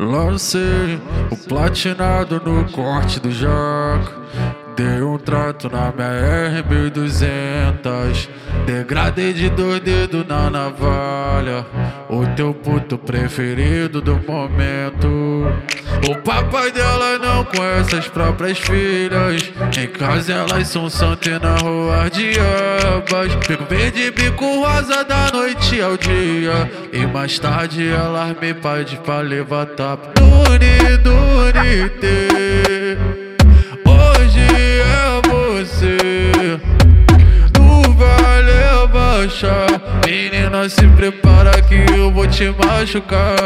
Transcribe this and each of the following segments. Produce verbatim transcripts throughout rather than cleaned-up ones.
Lancei o platinado no corte do jaca. Dei um trato na minha R mil e duzentos. Degradei de dois dedos na navalha. O teu puto preferido do momento. O papai dela não conhece as próprias filhas. Em casa elas são santas e na rua diabas. Fico verde, bico rosa da noite ao dia. E mais tarde elas me pedem pra levar tapa. Duni, duni, te. Hoje é você. Tu vai levar chá. Menina, se prepara que eu vou te machucar.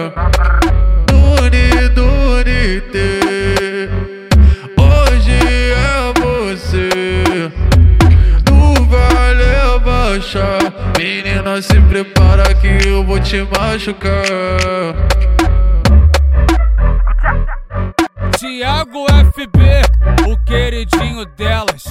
Duni, duni, te. Hoje é você. Tu vai levar chá. Menina, se prepara que eu vou te machucar. Thiago F B, o queridinho delas.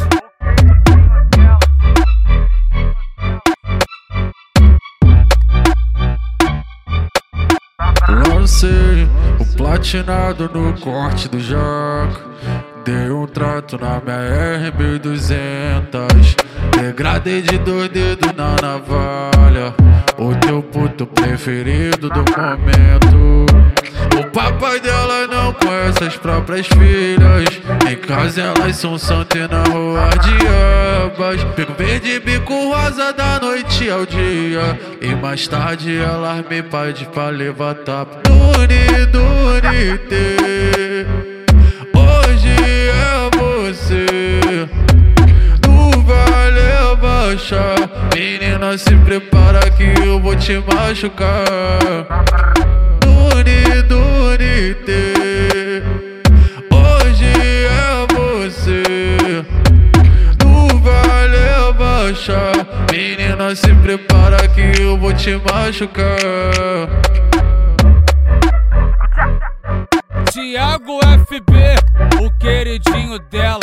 Lancei o platinado no corte do jaca. Dei um trato na minha R mil e duzentos. Degradei de dois dedos na navalha. O teu puto preferido do momento. O papai dela não conhece as próprias filhas. Em casa elas são santas e na rua diabas. Fico verde, bico rosa da noite ao dia. E mais tarde elas me pedem pra levar tapa. Duni, duni, te. Hoje é você. Tu vai levar chá. Menina, se prepara que eu vou te machucar. Duni, duni, te. Hoje é você. Tu vai levar chá. Menina, se prepara que eu vou te machucar. Thiago F B, o queridinho dela.